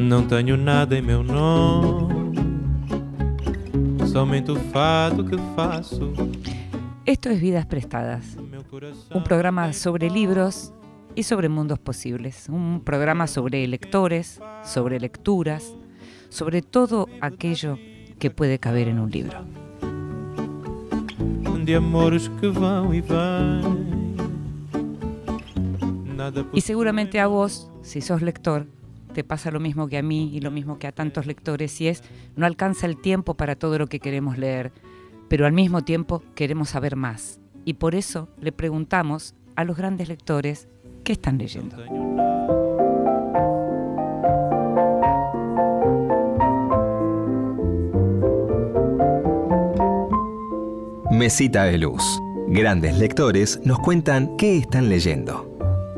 Não tenho nada em meu nome, somente o fado que faço. Esto es Vidas Prestadas, un programa sobre libros y sobre mundos posibles, un programa sobre lectores, sobre lecturas, sobre todo aquello que puede caber en un libro. De amores que vão e vêm. Y seguramente a vos, si sos lector, te pasa lo mismo que a mí y lo mismo que a tantos lectores, y es, no alcanza el tiempo para todo lo que queremos leer, pero al mismo tiempo queremos saber más. Y por eso le preguntamos a los grandes lectores qué están leyendo. Mesita de Luz. Grandes lectores nos cuentan qué están leyendo.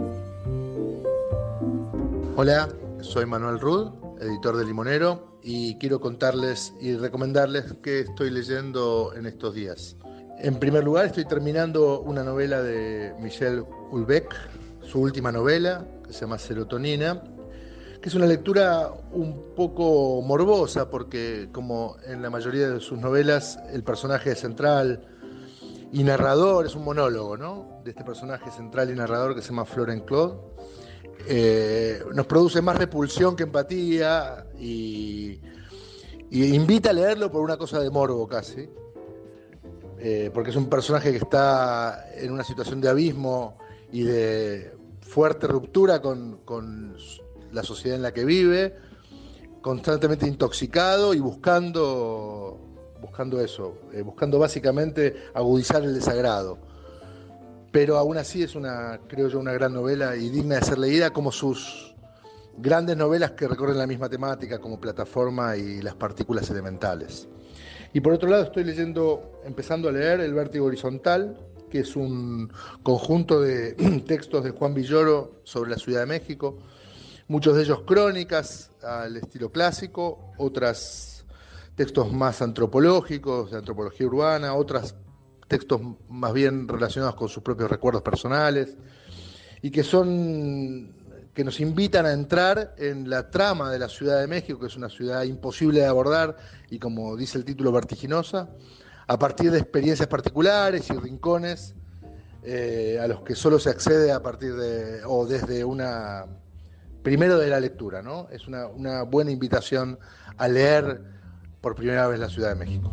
Hola, soy Manuel Rud, editor de Limonero, y quiero contarles y recomendarles qué estoy leyendo en estos días. En primer lugar, estoy terminando una novela de Michel Houellebecq, su última novela, que se llama Serotonina, que es una lectura un poco morbosa porque, como en la mayoría de sus novelas, el personaje central y narrador es un monólogo, ¿no? De este personaje central y narrador que se llama Florent Claude. Nos produce más repulsión que empatía y invita a leerlo por una cosa de morbo casi, porque es un personaje que está en una situación de abismo y de fuerte ruptura con la sociedad en la que vive, constantemente intoxicado y buscando básicamente agudizar el desagrado. Pero aún así es creo yo, una gran novela y digna de ser leída, como sus grandes novelas que recorren la misma temática, como Plataforma y Las partículas elementales. Y por otro lado estoy empezando a leer El vértigo horizontal, que es un conjunto de textos de Juan Villoro sobre la Ciudad de México, muchos de ellos crónicas al estilo clásico, otros textos más antropológicos, de antropología urbana, otros textos más bien relacionados con sus propios recuerdos personales, y que nos invitan a entrar en la trama de la Ciudad de México, que es una ciudad imposible de abordar y, como dice el título, vertiginosa, a partir de experiencias particulares y rincones a los que solo se accede a partir de, o desde primero de la lectura, ¿no? Es una buena invitación a leer por primera vez la Ciudad de México.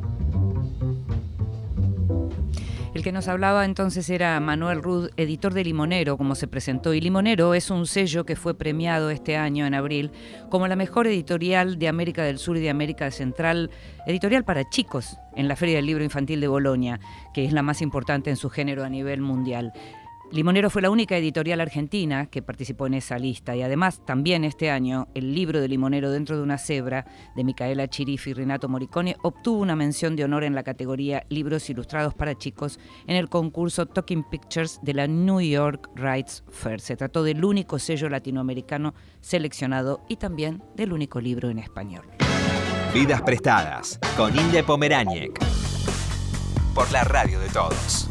El que nos hablaba entonces era Manuel Rud, editor de Limonero, como se presentó. Y Limonero es un sello que fue premiado este año, en abril, como la mejor editorial de América del Sur y de América Central, editorial para chicos, en la Feria del Libro Infantil de Bolonia, que es la más importante en su género a nivel mundial. Limonero fue la única editorial argentina que participó en esa lista, y además también este año el libro de Limonero Dentro de una cebra, de Micaela Chirifi y Renato Morricone, obtuvo una mención de honor en la categoría Libros Ilustrados para Chicos en el concurso Talking Pictures de la New York Rights Fair. Se trató del único sello latinoamericano seleccionado y también del único libro en español. Vidas Prestadas, con Inde Pomeráñez, por la radio de todos.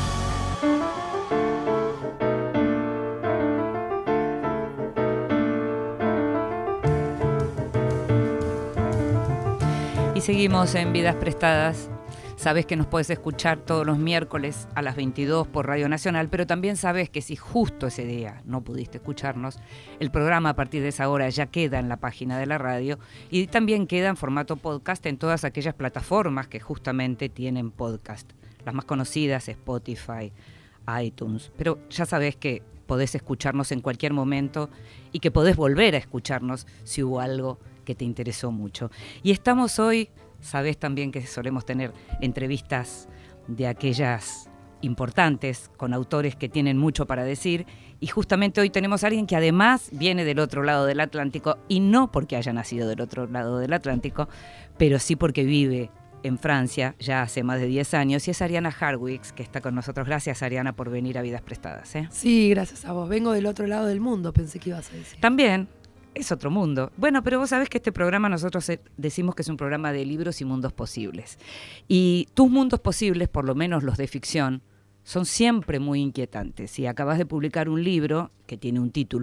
Y seguimos en Vidas Prestadas. Sabes que nos puedes escuchar todos los miércoles a las 22 por Radio Nacional, pero también sabes que si justo ese día no pudiste escucharnos, el programa a partir de esa hora ya queda en la página de la radio y también queda en formato podcast en todas aquellas plataformas que justamente tienen podcast. Las más conocidas, Spotify, iTunes. Pero ya sabes que podés escucharnos en cualquier momento y que podés volver a escucharnos si hubo algo que te interesó mucho. Y estamos hoy, sabés también que solemos tener entrevistas de aquellas importantes con autores que tienen mucho para decir, y justamente hoy tenemos a alguien que además viene del otro lado del Atlántico, y no porque haya nacido del otro lado del Atlántico, pero sí porque vive en Francia ya hace más de 10 años, y es Ariana Harwicz, que está con nosotros. Gracias, Ariana, por venir a Vidas Prestadas. Sí, gracias a vos. Vengo del otro lado del mundo, pensé que ibas a decir. También. Es otro mundo. Bueno, pero vos sabés que este programa nosotros decimos que es un programa de libros y mundos posibles. Y tus mundos posibles, por lo menos los de ficción, son siempre muy inquietantes. Si acabas de publicar un libro que tiene un título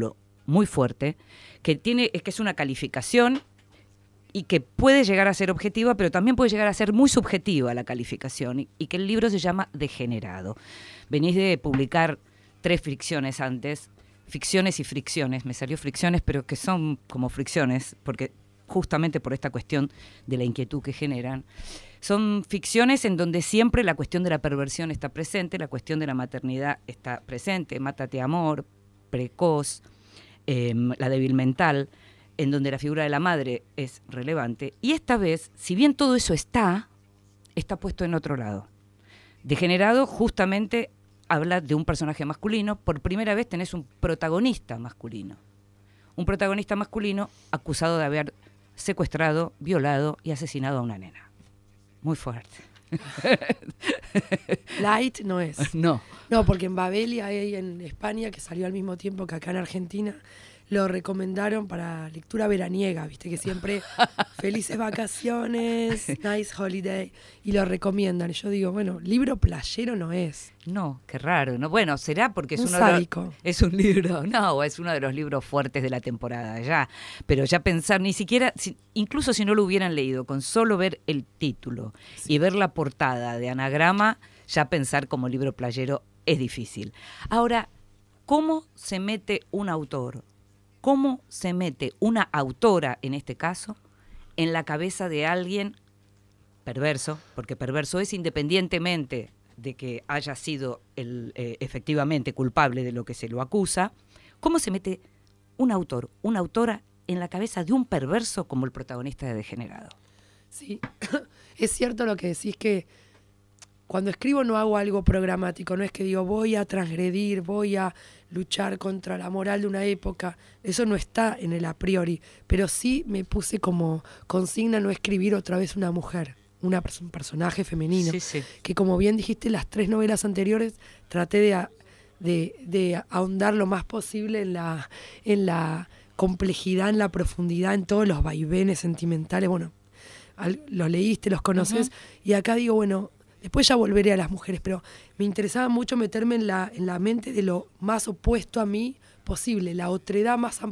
muy fuerte, que es una calificación y que puede llegar a ser objetiva, pero también puede llegar a ser muy subjetiva la calificación, y que el libro se llama Degenerado. Venís de publicar 3 ficciones antes, Ficciones y Fricciones, me salió Fricciones, pero que son como fricciones, porque justamente por esta cuestión de la inquietud que generan. Son ficciones en donde siempre la cuestión de la perversión está presente, la cuestión de la maternidad está presente, Mátate Amor, Precoz, La débil mental, en donde la figura de la madre es relevante. Y esta vez, si bien todo eso está puesto en otro lado. Degenerado justamente habla de un personaje masculino. Por primera vez tenés un protagonista masculino. Un protagonista masculino acusado de haber secuestrado, violado y asesinado a una nena. Muy fuerte. Light no es. No. No, porque en Babelia, ahí en España, que salió al mismo tiempo que acá en Argentina, lo recomendaron para lectura veraniega, viste que siempre felices vacaciones, nice holiday, y lo recomiendan. Y yo digo, bueno, libro playero no es. No, qué raro. No, bueno, será porque es Un uno sádico. Es un libro, no, es uno de los libros fuertes de la temporada ya. Pero ya pensar, ni siquiera, incluso si no lo hubieran leído, con solo ver el título y ver la portada de Anagrama, ya pensar como libro playero es difícil. Ahora, ¿cómo se mete un autor? ¿Cómo se mete una autora, en este caso, en la cabeza de alguien perverso? Porque perverso es independientemente de que haya sido efectivamente culpable de lo que se lo acusa. ¿Cómo se mete un autor, una autora, en la cabeza de un perverso como el protagonista de Degenerado? Sí, es cierto lo que decís, que cuando escribo no hago algo programático, no es que digo voy a transgredir, voy a luchar contra la moral de una época, eso no está en el a priori, pero sí me puse como consigna no escribir otra vez una mujer, un personaje femenino, Sí. que como bien dijiste, las 3 novelas anteriores traté de ahondar lo más posible en la complejidad, en la profundidad, en todos los vaivenes sentimentales. Bueno, los leíste, los conoces, y acá digo, bueno, después ya volveré a las mujeres, pero me interesaba mucho meterme en la mente de lo más opuesto a mí posible, la otredad más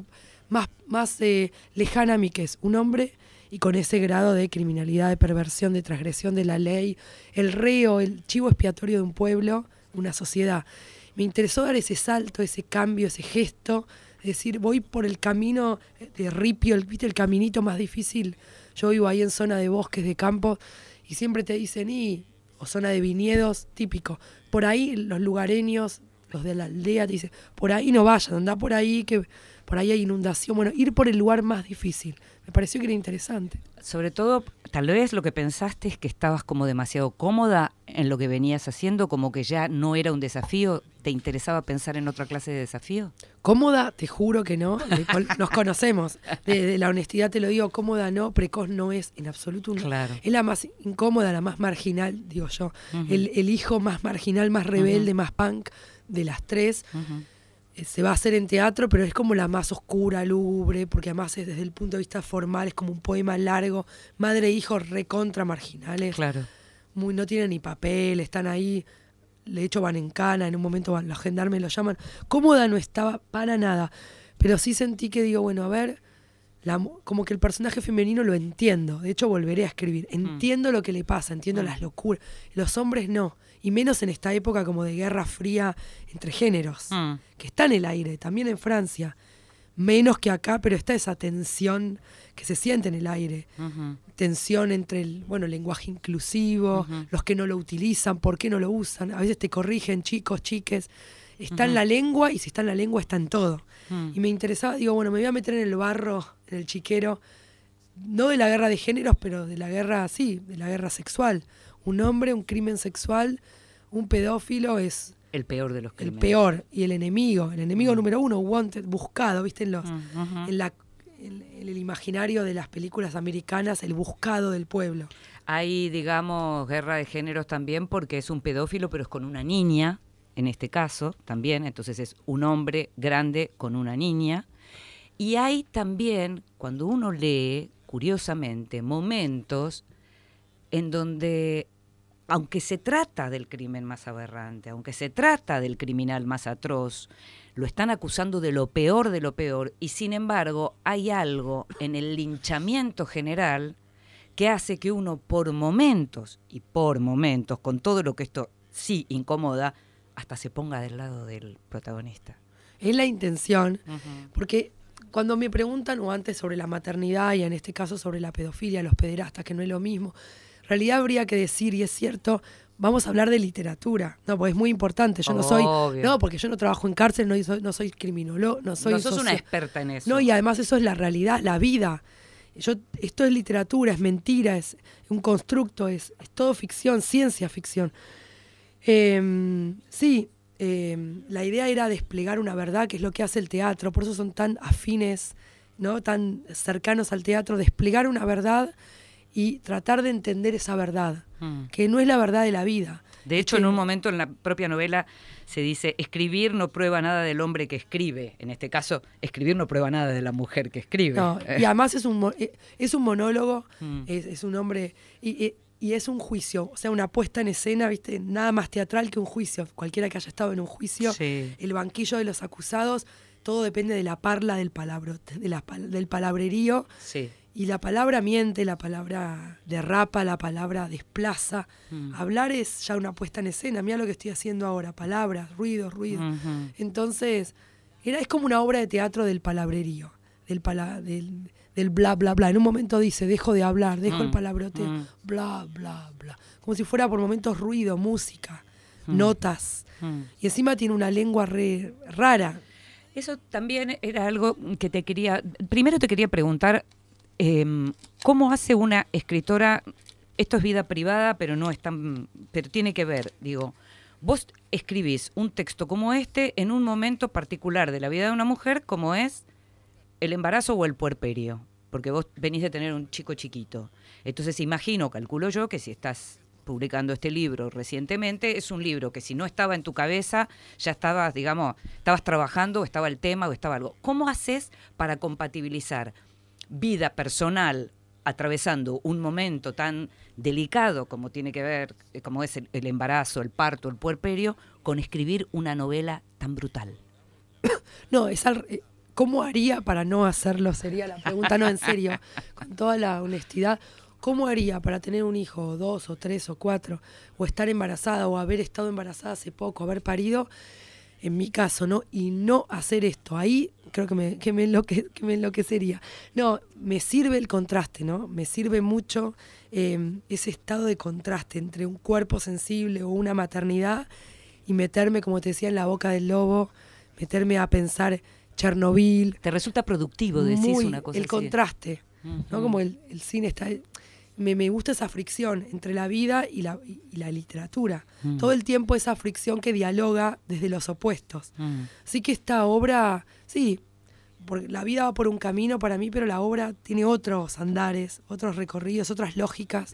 lejana a mí, que es un hombre y con ese grado de criminalidad, de perversión, de transgresión de la ley, el reo, el chivo expiatorio de un pueblo, una sociedad. Me interesó dar ese salto, ese cambio, ese gesto, es decir, voy por el camino de ripio, ¿viste? El caminito más difícil. Yo vivo ahí en zona de bosques, de campos, y siempre te dicen, o zona de viñedos, típico. Por ahí los lugareños, los de la aldea, te dicen, por ahí no vayan, andá por ahí, que por ahí hay inundación. Bueno, ir por el lugar más difícil. Me pareció que era interesante. Sobre todo, tal vez lo que pensaste es que estabas como demasiado cómoda en lo que venías haciendo, como que ya no era un desafío. ¿Te interesaba pensar en otra clase de desafío? Cómoda, te juro que no. Nos conocemos. De la honestidad te lo digo, cómoda no, precoz no es en absoluto. Claro. Es la más incómoda, la más marginal, digo yo. Uh-huh. El hijo más marginal, más rebelde, más punk de las 3. Uh-huh. Se va a hacer en teatro, pero es como la más oscura, lúgubre, porque además es desde el punto de vista formal, es como un poema largo, madre e hijo recontra marginales. Claro. No tienen ni papel, están ahí, de hecho van en cana, en un momento los gendarmes lo llaman. Cómoda no estaba para nada, pero sí sentí que digo, bueno, a ver, como que el personaje femenino lo entiendo, de hecho volveré a escribir, entiendo lo que le pasa, entiendo las locuras, los hombres no. Y menos en esta época como de guerra fría entre géneros, que está en el aire, también en Francia. Menos que acá, pero está esa tensión que se siente en el aire. Uh-huh. Tensión entre el lenguaje inclusivo, los que no lo utilizan, por qué no lo usan. A veces te corrigen, chicos, chiques. Está en la lengua, y si está en la lengua está en todo. Y me interesaba, digo, bueno, me voy a meter en el barro, en el chiquero, no de la guerra de géneros, pero de la guerra, sí, de la guerra sexual. Un hombre, un crimen sexual, un pedófilo es el peor de los crímenes. El peor. Y el enemigo número 1, wanted, buscado, ¿viste? En el imaginario de las películas americanas, el buscado del pueblo. Hay, digamos, guerra de géneros también porque es un pedófilo, pero es con una niña, en este caso también. Entonces es un hombre grande con una niña. Y hay también, cuando uno lee, curiosamente, momentos en donde aunque se trata del crimen más aberrante, aunque se trata del criminal más atroz, lo están acusando de lo peor, y sin embargo hay algo en el linchamiento general que hace que uno por momentos, con todo lo que esto sí incomoda, hasta se ponga del lado del protagonista. Es la intención, porque cuando me preguntan, o antes sobre la maternidad, y en este caso sobre la pedofilia, los pederastas, que no es lo mismo, en realidad habría que decir, y es cierto, vamos a hablar de literatura. No, porque es muy importante. Yo no soy... No, porque yo no trabajo en cárcel, no soy criminólogo, no soy... No sos una experta en eso. No, y además eso es la realidad, la vida. Esto es literatura, es mentira, es un constructo, es todo ficción, ciencia ficción. La idea era desplegar una verdad, que es lo que hace el teatro, por eso son tan afines, ¿no? Tan cercanos al teatro, desplegar una verdad y tratar de entender esa verdad, que no es la verdad de la vida. De hecho, en un momento en la propia novela se dice, escribir no prueba nada del hombre que escribe. En este caso, escribir no prueba nada de la mujer que escribe. No, y además es un monólogo, es un hombre... Y es un juicio, o sea, una puesta en escena, ¿viste? Nada más teatral que un juicio. Cualquiera que haya estado en un juicio, sí. El banquillo de los acusados, todo depende de la parla del palabrerío. Sí. Y la palabra miente, la palabra derrapa, la palabra desplaza. Hablar es ya una puesta en escena. Mira lo que estoy haciendo ahora, palabras, ruido. Entonces, es como una obra de teatro del palabrerío, del bla, bla, bla. En un momento dice, dejo de hablar, dejo el palabroteo, bla, bla, bla. Como si fuera por momentos ruido, música, notas. Y encima tiene una lengua rara. Eso también era algo que primero te quería preguntar, ¿cómo hace una escritora? Esto es vida privada, pero tiene que ver, digo, vos escribís un texto como este en un momento particular de la vida de una mujer, como es el embarazo o el puerperio, porque vos venís de tener un chico chiquito. Entonces calculo yo, que si estás publicando este libro recientemente, es un libro que si no estaba en tu cabeza, ya estabas trabajando, o estaba el tema, o estaba algo. ¿Cómo haces para compatibilizar vida personal atravesando un momento tan delicado como tiene que ver, como es el embarazo, el parto, el puerperio, con escribir una novela tan brutal? No, ¿cómo haría para no hacerlo? Sería la pregunta, no, en serio, con toda la honestidad. ¿Cómo haría para tener un hijo, o 2, o 3, o 4, o estar embarazada, o haber estado embarazada hace poco, haber parido, en mi caso, ¿no? Y no hacer esto. Ahí creo que me enloquecería. No, me sirve el contraste, ¿no? Me sirve mucho ese estado de contraste entre un cuerpo sensible o una maternidad y meterme, como te decía, en la boca del lobo, meterme a pensar Chernobyl. ¿Te resulta productivo, decís una cosa así? El contraste, ¿no? Como el cine está... Me gusta esa fricción entre la vida y la literatura. Todo el tiempo esa fricción que dialoga desde los opuestos. Así que esta obra, sí, porque la vida va por un camino para mí, pero la obra tiene otros andares, otros recorridos, otras lógicas.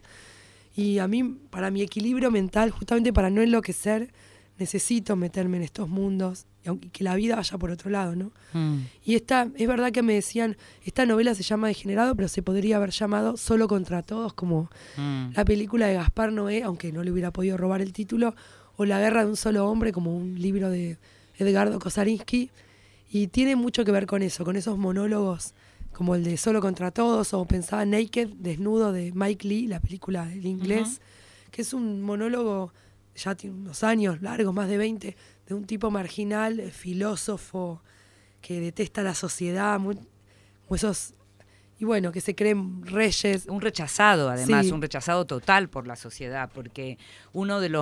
Y a mí, para mi equilibrio mental, justamente para no enloquecer, necesito meterme en estos mundos y que la vida vaya por otro lado, ¿no? Y es verdad que me decían, esta novela se llama Degenerado, pero se podría haber llamado Solo contra Todos, como la película de Gaspar Noé, aunque no le hubiera podido robar el título, o La guerra de un solo hombre, como un libro de Edgardo Kosarinski, y tiene mucho que ver con eso, con esos monólogos como el de Solo contra Todos, o pensaba Naked, Desnudo, de Mike Lee, la película del inglés, que es un monólogo, ya tiene unos años largos, más de 20, de un tipo marginal, filósofo, que detesta la sociedad, como esos, y bueno, que se creen reyes. Un rechazado, además, sí. Un rechazado total por la sociedad, porque una de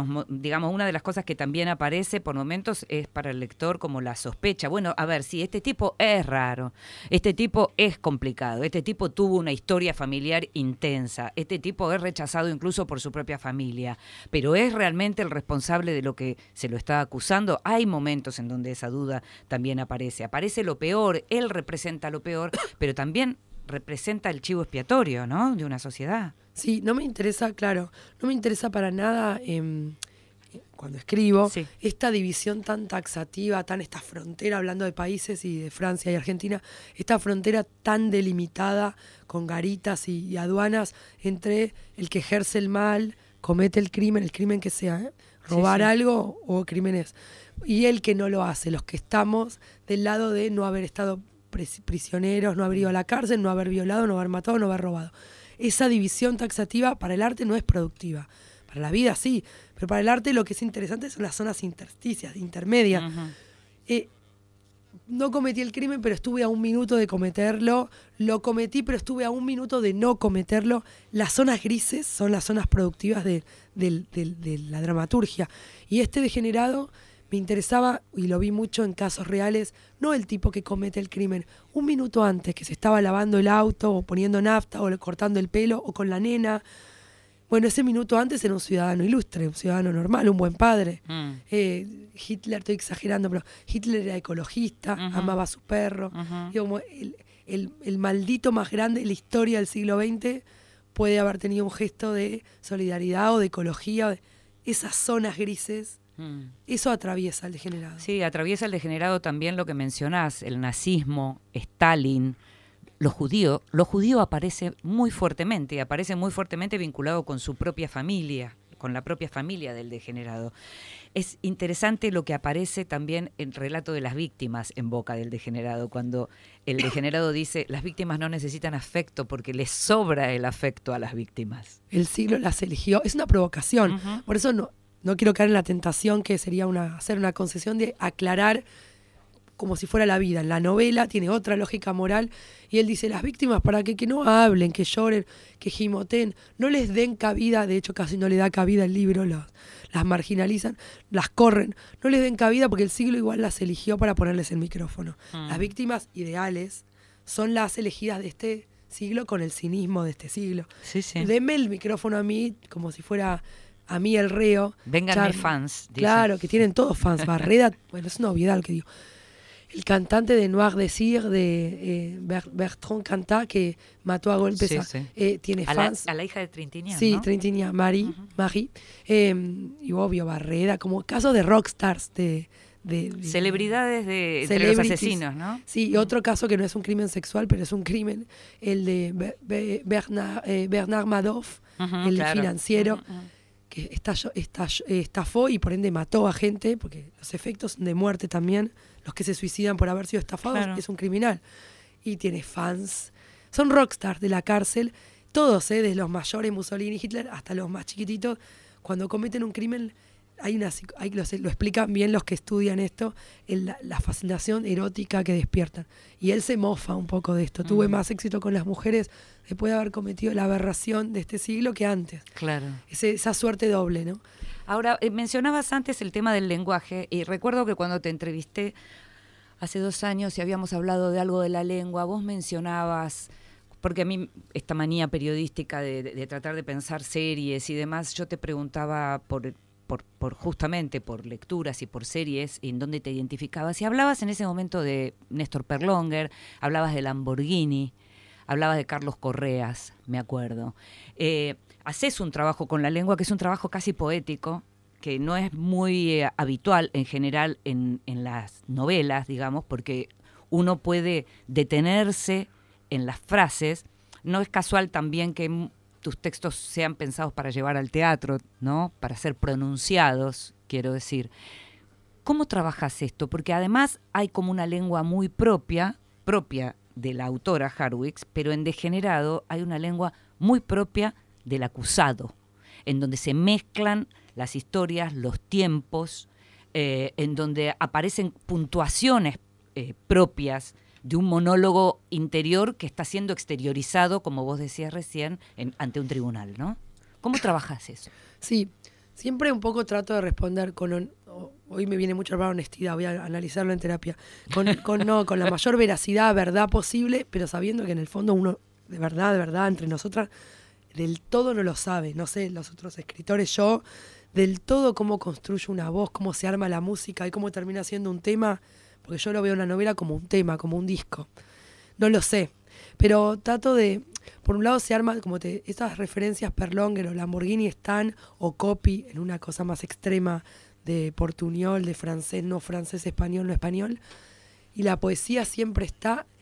las cosas que también aparece por momentos es para el lector como la sospecha. Bueno, a ver, sí, este tipo es raro, este tipo es complicado, este tipo tuvo una historia familiar intensa, este tipo es rechazado incluso por su propia familia, pero ¿es realmente el responsable de lo que se lo está acusando? Hay momentos en donde esa duda también aparece lo peor, él representa lo peor, pero también representa el chivo expiatorio, ¿no?, de una sociedad. Sí, no me interesa para nada cuando escribo, sí, esta división tan taxativa, esta frontera, hablando de países y de Francia y Argentina, esta frontera tan delimitada con garitas y aduanas entre el que ejerce el mal, comete el crimen que sea, robar algo o crímenes. Y el que no lo hace, los que estamos del lado de no haber estado prisioneros, no haber ido a la cárcel, no haber violado, no haber matado, no haber robado. Esa división taxativa para el arte no es productiva. Para la vida sí, pero para el arte lo que es interesante son las zonas intersticias, intermedias. No cometí el crimen, pero estuve a 1 minuto de cometerlo. Lo cometí, pero estuve a 1 minuto de no cometerlo. Las zonas grises son las zonas productivas de la dramaturgia. Y este degenerado me interesaba, y lo vi mucho en casos reales, no el tipo que comete el crimen 1 minuto antes, que se estaba lavando el auto, o poniendo nafta, o cortando el pelo, o con la nena. Bueno, ese minuto antes era un ciudadano ilustre, un ciudadano normal, un buen padre. Hitler, estoy exagerando, pero Hitler era ecologista, amaba a su perro. Y como el maldito más grande de la historia del siglo XX puede haber tenido un gesto de solidaridad o de ecología. Esas zonas grises, eso atraviesa al degenerado. Sí, atraviesa el degenerado también lo que mencionás, el nazismo, Stalin. Lo judío aparece muy fuertemente vinculado con su propia familia, con la propia familia del degenerado. Es interesante lo que aparece también en Relato de las víctimas en boca del degenerado, cuando el degenerado dice, las víctimas no necesitan afecto porque les sobra el afecto a las víctimas. El siglo las eligió, es una provocación, por eso no quiero caer en la tentación que sería hacer una concesión de aclarar como si fuera la vida. En la novela tiene otra lógica moral y él dice, las víctimas para que no hablen, que lloren, que gimoteen, no les den cabida, de hecho casi no le da cabida el libro, las marginalizan, las corren, no les den cabida porque el siglo igual las eligió para ponerles el micrófono. Las víctimas ideales son las elegidas de este siglo con el cinismo de este siglo. Sí. Deme el micrófono a mí como si fuera a mí el reo. Vénganme fans. Dice. Claro, que tienen todos fans. Barreda, bueno, es una obviedad lo que digo. El cantante de Noir Désir, de Bertrand Cantat, que mató a golpes, tiene fans. A la hija de Trintignant, sí, ¿no? Trintignant, Marie. Y obvio, Barreda, como casos de rockstars, de celebridades de los asesinos, ¿no? Sí, y otro caso que no es un crimen sexual, pero es un crimen, el de Bernard Madoff, el financiero, que estafó y por ende mató a gente, porque los efectos de muerte también, los que se suicidan por haber sido estafados, es un criminal. Y tiene fans. Son rockstars de la cárcel, todos, desde los mayores, Mussolini, Hitler, hasta los más chiquititos. Cuando cometen un crimen, lo explican bien los que estudian esto, la fascinación erótica que despiertan. Y él se mofa un poco de esto. Tuve más éxito con las mujeres después de haber cometido la aberración de este siglo que antes. Claro. Esa suerte doble, ¿no? Ahora, mencionabas antes el tema del lenguaje y recuerdo que cuando te entrevisté hace 2 años y habíamos hablado de algo de la lengua, vos mencionabas, porque a mí esta manía periodística de tratar de pensar series y demás, yo te preguntaba justamente por lecturas y por series en donde te identificabas y hablabas en ese momento de Néstor Perlonguer, hablabas de Lamborghini, hablabas de Carlos Correas, me acuerdo. Haces un trabajo con la lengua que es un trabajo casi poético, que no es muy habitual en general en las novelas, digamos, porque uno puede detenerse en las frases. No es casual también que tus textos sean pensados para llevar al teatro, ¿no? Para ser pronunciados, quiero decir. ¿Cómo trabajas esto? Porque además hay como una lengua muy propia de la autora Harwicz, pero en Degenerado hay una lengua muy propia del acusado, en donde se mezclan las historias, los tiempos, en donde aparecen puntuaciones propias de un monólogo interior que está siendo exteriorizado, como vos decías recién, ante un tribunal, ¿no? ¿Cómo trabajas eso? Sí, siempre un poco trato de responder hoy me viene mucho la palabra honestidad, voy a analizarlo en terapia, con la mayor veracidad, verdad posible, pero sabiendo que en el fondo uno, de verdad, entre nosotras, del todo no lo sabe. No sé, los otros escritores, yo, del todo cómo construye una voz, cómo se arma la música y cómo termina siendo un tema, porque yo lo veo en una novela como un tema, como un disco. No lo sé, pero trato de, por un lado se arma como esas referencias Perlonguer o Lamborghini están, o Copy, en una cosa más extrema de portuñol, de francés, no francés, español, no español, y la poesía siempre está,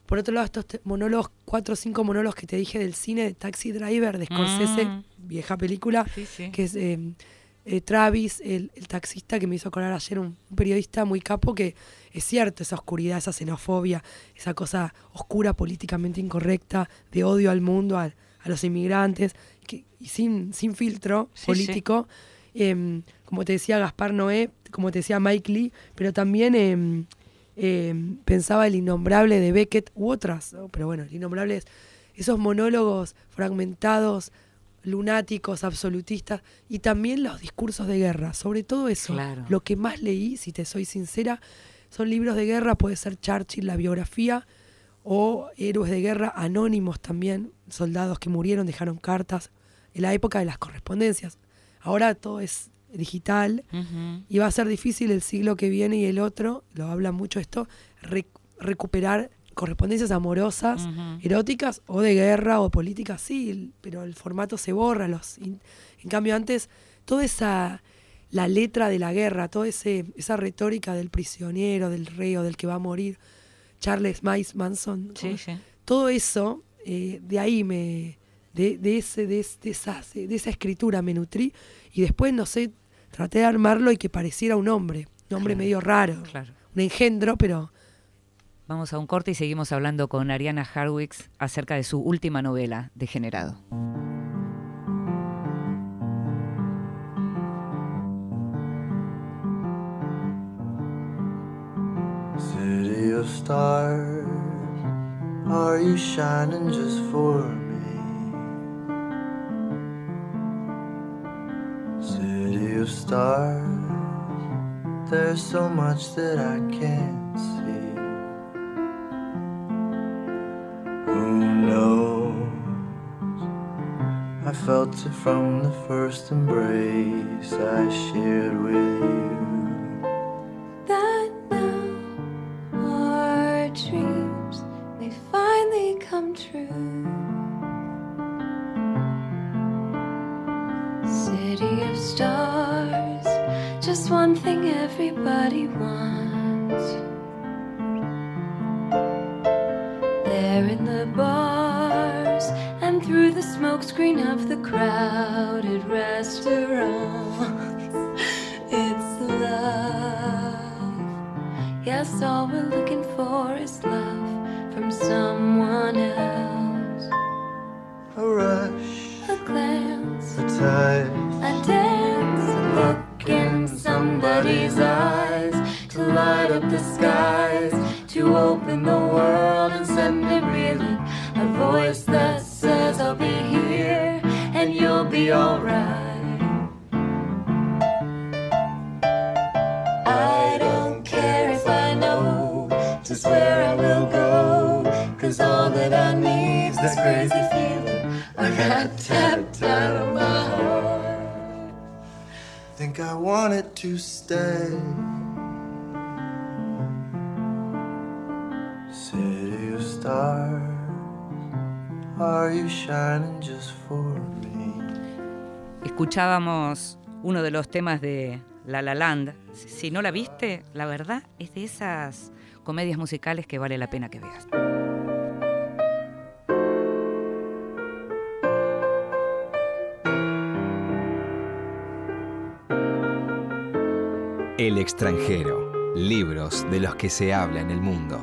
Por otro lado, estos monólogos, 4 o 5 monólogos que te dije del cine, de Taxi Driver, de Scorsese, vieja película, Sí. que es Travis, el taxista, que me hizo acordar ayer un periodista muy capo, que es cierto, esa oscuridad, esa xenofobia, esa cosa oscura, políticamente incorrecta, de odio al mundo, a los inmigrantes, y sin filtro político. Como te decía Gaspar Noé, como te decía Mike Lee, pero también pensaba El Innombrable de Beckett u otras, ¿no? Pero bueno, El Innombrable es esos monólogos fragmentados, lunáticos, absolutistas, y también los discursos de guerra, sobre todo eso. Claro. Lo que más leí, si te soy sincera, son libros de guerra, puede ser Churchill, la biografía, o héroes de guerra anónimos también, soldados que murieron, dejaron cartas, en la época de las correspondencias. Ahora todo es digital, y va a ser difícil el siglo que viene y el otro, lo habla mucho esto, recuperar correspondencias amorosas, eróticas o de guerra o políticas, sí, pero el formato se borra. En cambio antes, toda la letra de la guerra, toda esa retórica del prisionero, del reo, del que va a morir, Charles Manson, Sí. todo eso, de ahí de esa escritura me nutrí, y después, no sé, traté de armarlo y que pareciera un hombre medio raro, Claro. un engendro, pero... Vamos a un corte y seguimos hablando con Ariana Harwicz acerca de su última novela, Degenerado. City of stars, are you shining just for me? City of stars, there's so much that I can't see. Who knows? I felt it from the first embrace I shared with you. That now our dreams may finally come true. City of stars, just one thing everybody wants. There in the bars and through the smokescreen of the crowded restaurants, it's love. Yes, all we're looking for is love from someone else. A rush, A glance, a touch, a dance, a look in somebody's eyes, to light up the skies, to open the world and send it reeling. A voice that says I'll be here and you'll be alright. I don't care if I know just where I will go, 'cause all that I need's this crazy feeling, a rat-tat-tat on my heart. think I want it to stay. City of stars, are you shining just for me? Escuchábamos uno de los temas de La La Land. Si no la viste, la verdad es de esas comedias musicales que vale la pena que veas. El extranjero, libros de los que se habla en el mundo.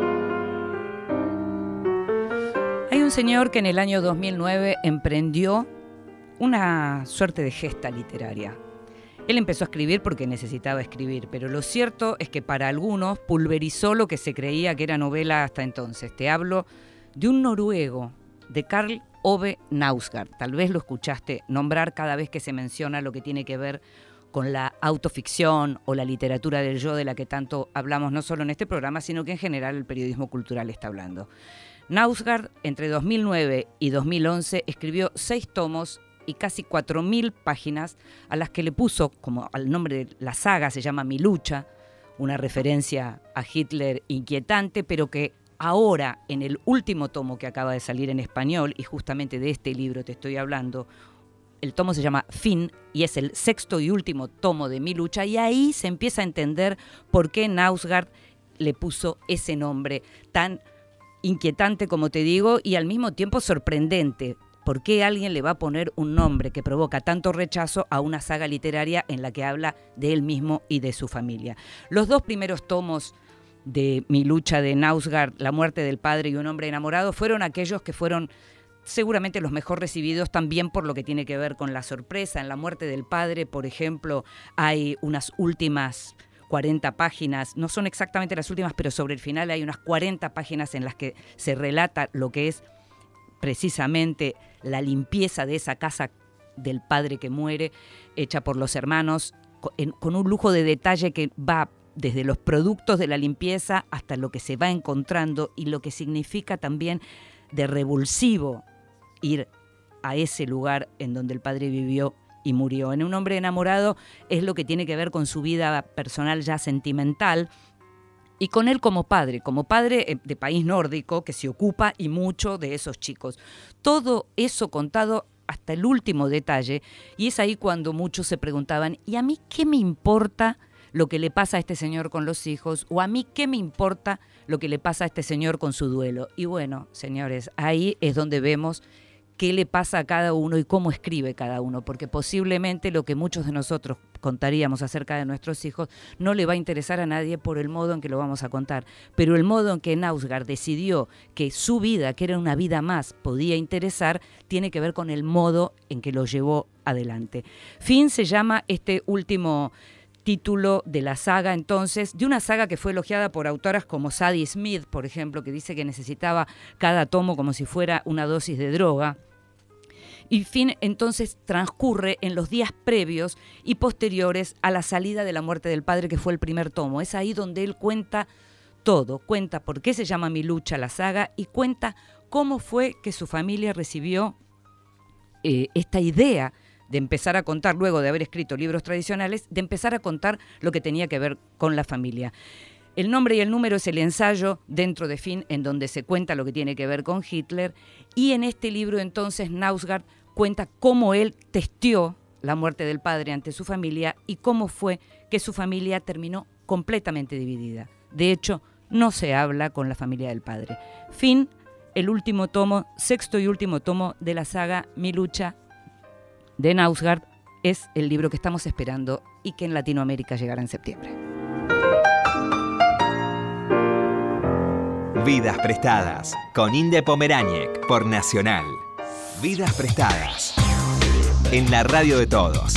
Hay un señor que en el año 2009 emprendió una suerte de gesta literaria. Él empezó a escribir porque necesitaba escribir, pero lo cierto es que para algunos pulverizó lo que se creía que era novela hasta entonces. Te hablo de un noruego, de Karl Ove Knausgaard. Tal vez lo escuchaste nombrar cada vez que se menciona lo que tiene que ver con la autoficción o la literatura del yo, de la que tanto hablamos no solo en este programa, sino que en general el periodismo cultural está hablando. Knausgaard, entre 2009 y 2011, escribió 6 tomos y casi 4.000 páginas, a las que le puso, como al nombre de la saga, se llama Mi lucha, una referencia a Hitler inquietante, pero que ahora, en el último tomo que acaba de salir en español, y justamente de este libro te estoy hablando, el tomo se llama Fin, y es el 6º y último tomo de Mi lucha, y ahí se empieza a entender por qué Knausgaard le puso ese nombre tan inquietante, como te digo, y al mismo tiempo sorprendente. ¿Por qué alguien le va a poner un nombre que provoca tanto rechazo a una saga literaria en la que habla de él mismo y de su familia? Los 2 primeros tomos de Mi lucha de Knausgaard, La muerte del padre y Un hombre enamorado, fueron aquellos que fueron seguramente los mejor recibidos, también por lo que tiene que ver con la sorpresa. En La muerte del padre, por ejemplo, hay unas últimas 40 páginas, no son exactamente las últimas, pero sobre el final hay unas 40 páginas en las que se relata lo que es precisamente la limpieza de esa casa del padre que muere, hecha por los hermanos, con un lujo de detalle que va desde los productos de la limpieza hasta lo que se va encontrando y lo que significa también de revulsivo ir a ese lugar en donde el padre vivió y murió. En Un hombre enamorado es lo que tiene que ver con su vida personal ya sentimental, y con él como padre de país nórdico que se ocupa y mucho de esos chicos. Todo eso contado hasta el último detalle, y es ahí cuando muchos se preguntaban, ¿y a mí qué me importa lo que le pasa a este señor con los hijos? ¿O a mí qué me importa lo que le pasa a este señor con su duelo? Y bueno, señores, ahí es donde vemos qué le pasa a cada uno y cómo escribe cada uno, porque posiblemente lo que muchos de nosotros contaríamos acerca de nuestros hijos no le va a interesar a nadie por el modo en que lo vamos a contar, pero el modo en que Knausgaard decidió que su vida, que era una vida más, podía interesar, tiene que ver con el modo en que lo llevó adelante. Fin se llama este último título de la saga, entonces, de una saga que fue elogiada por autoras como Sadie Smith, por ejemplo, que dice que necesitaba cada tomo como si fuera una dosis de droga. Y Fin entonces transcurre en los días previos y posteriores a la salida de La muerte del padre, que fue el primer tomo. Es ahí donde él cuenta todo, cuenta por qué se llama Mi lucha la saga y cuenta cómo fue que su familia recibió esta idea de empezar a contar, luego de haber escrito libros tradicionales, de empezar a contar lo que tenía que ver con la familia. El nombre y el número es el ensayo dentro de Fin, en donde se cuenta lo que tiene que ver con Hitler, y en este libro entonces Knausgaard cuenta cómo él testeó la muerte del padre ante su familia y cómo fue que su familia terminó completamente dividida. De hecho, no se habla con la familia del padre. Fin, el último tomo, 6º y último tomo de la saga Mi lucha de Knausgaard, es el libro que estamos esperando y que en Latinoamérica llegará en septiembre. Vidas prestadas con Inde Pomeráñez por Nacional. Vidas prestadas en la radio de todos.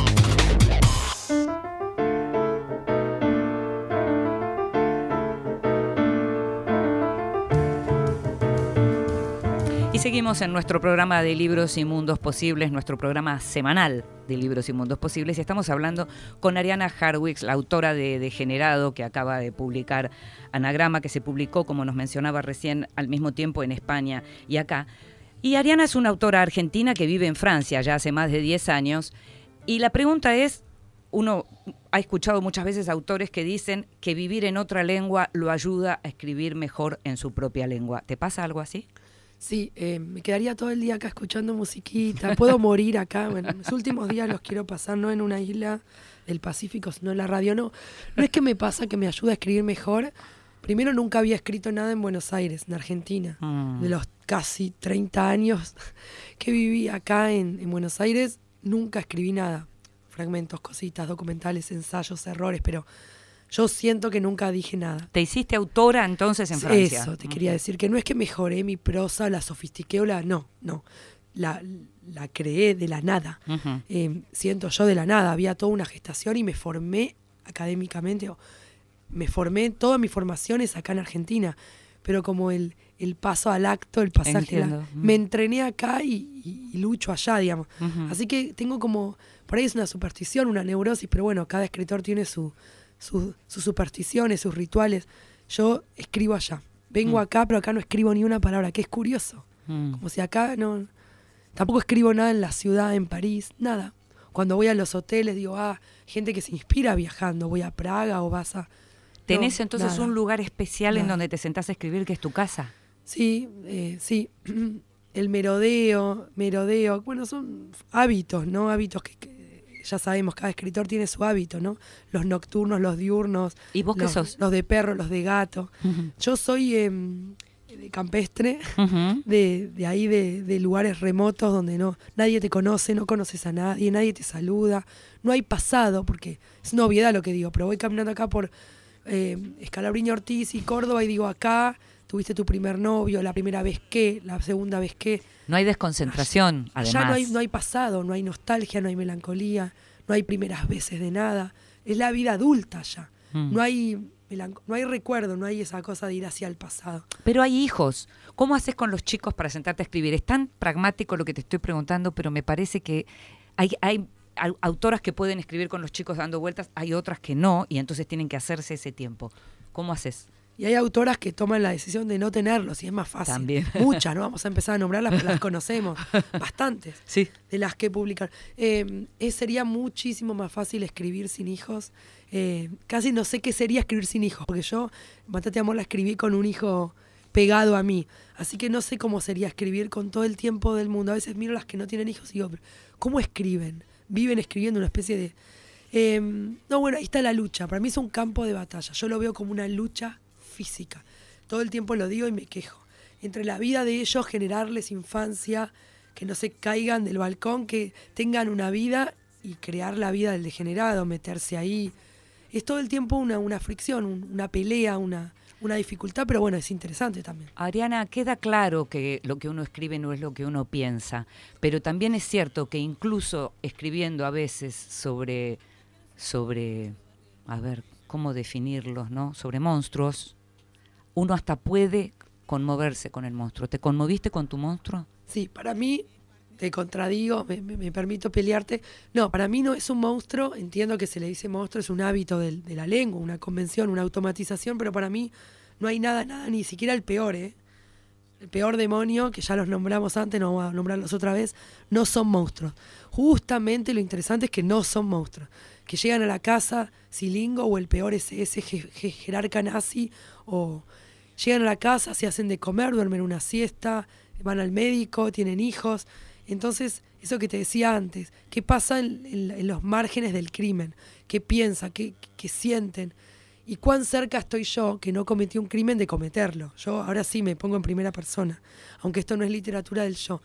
Y seguimos en nuestro programa de Libros y Mundos Posibles, nuestro programa semanal de Libros y Mundos Posibles, y estamos hablando con Ariana Harwicz, la autora de Degenerado, que acaba de publicar Anagrama, que se publicó, como nos mencionaba recién, al mismo tiempo en España y acá. Y Ariana es una autora argentina que vive en Francia ya hace más de 10 años, y la pregunta es, uno ha escuchado muchas veces autores que dicen que vivir en otra lengua lo ayuda a escribir mejor en su propia lengua. ¿Te pasa algo así? Sí, me quedaría todo el día acá escuchando musiquita, puedo morir acá, bueno, los últimos días los quiero pasar no en una isla del Pacífico, sino en la radio, no es que me pasa que me ayuda a escribir mejor. Primero, nunca había escrito nada en Buenos Aires, en Argentina, de los casi 30 años que viví acá en Buenos Aires, nunca escribí nada, fragmentos, cositas, documentales, ensayos, errores, pero yo siento que nunca dije nada. ¿Te hiciste autora entonces en Francia? Eso, te quería decir, que no es que mejoré mi prosa, la sofistiqué o no. La creé de la nada. Uh-huh. Siento yo de la nada, había toda una gestación y me formé académicamente, me formé, toda mi formación es acá en Argentina, pero como el paso al acto, el pasaje, me entrené acá y lucho allá, digamos. Uh-huh. Así que tengo como, por ahí es una superstición, una neurosis, pero bueno, cada escritor tiene sus supersticiones, sus rituales. Yo escribo allá. Vengo acá, pero acá no escribo ni una palabra, que es curioso. Como si acá no... Tampoco escribo nada en la ciudad, en París, nada. Cuando voy a los hoteles digo, gente que se inspira viajando, voy a Praga o vas a... ¿Tenés entonces nada, un lugar especial nada. en donde te sentás a escribir, que es tu casa? Sí, sí. El merodeo. Bueno, son hábitos, ¿no? Hábitos que ya sabemos, cada escritor tiene su hábito, ¿no? Los nocturnos, los diurnos. ¿Y vos qué sos? Los de perro, los de gato. Uh-huh. Yo soy campestre, Ujú. de ahí, de lugares remotos donde nadie te conoce, no conoces a nadie, nadie te saluda, no hay pasado, porque es una obviedad lo que digo, pero voy caminando acá por Escalabrino Ortiz y Córdoba y digo, acá tuviste tu primer novio, la primera vez que, la segunda vez que. No hay desconcentración, Allá además. no hay pasado, no hay nostalgia, no hay melancolía, no hay primeras veces de nada, es la vida adulta ya, no hay recuerdo, no hay esa cosa de ir hacia el pasado. Pero hay hijos. ¿Cómo haces con los chicos para sentarte a escribir? Es tan pragmático lo que te estoy preguntando, pero me parece que hay autoras que pueden escribir con los chicos dando vueltas, hay otras que no, y entonces tienen que hacerse ese tiempo. ¿Cómo haces? Y hay autoras que toman la decisión de no tenerlos y es más fácil. También. Muchas, ¿no? Vamos a empezar a nombrarlas, pero las conocemos. Bastantes. Sí. De las que publican. Sería muchísimo más fácil escribir sin hijos. Casi no sé qué sería escribir sin hijos, porque yo, Matate Amor, la escribí con un hijo pegado a mí. Así que no sé cómo sería escribir con todo el tiempo del mundo. A veces miro las que no tienen hijos y digo, ¿cómo escriben? Viven escribiendo una especie de... no, bueno, ahí está la lucha. Para mí es un campo de batalla. Yo lo veo como una lucha física. Todo el tiempo lo digo y me quejo. Entre la vida de ellos, generarles infancia, que no se caigan del balcón, que tengan una vida y crear la vida del degenerado, meterse ahí. Es todo el tiempo una fricción, una pelea, una dificultad, pero bueno, es interesante también. Ariana, queda claro que lo que uno escribe no es lo que uno piensa, pero también es cierto que incluso escribiendo a veces sobre a ver, ¿cómo definirlos, no? Sobre monstruos, uno hasta puede conmoverse con el monstruo. ¿Te conmoviste con tu monstruo? Sí, para mí, te contradigo, me permito pelearte. No, para mí no es un monstruo, entiendo que se le dice monstruo, es un hábito de la lengua, una convención, una automatización, pero para mí no hay nada, ni siquiera el peor, ¿eh? El peor demonio, que ya los nombramos antes, no vamos a nombrarlos otra vez, no son monstruos. Justamente lo interesante es que no son monstruos. Que llegan a la casa Silingo o el peor ese jerarca nazi, o llegan a la casa, se hacen de comer, duermen una siesta, van al médico, tienen hijos. Entonces, eso que te decía antes, ¿qué pasa en los márgenes del crimen? ¿Qué piensa? ¿Qué sienten? ¿Y cuán cerca estoy yo, que no cometí un crimen, de cometerlo? Yo ahora sí me pongo en primera persona, aunque esto no es literatura del yo.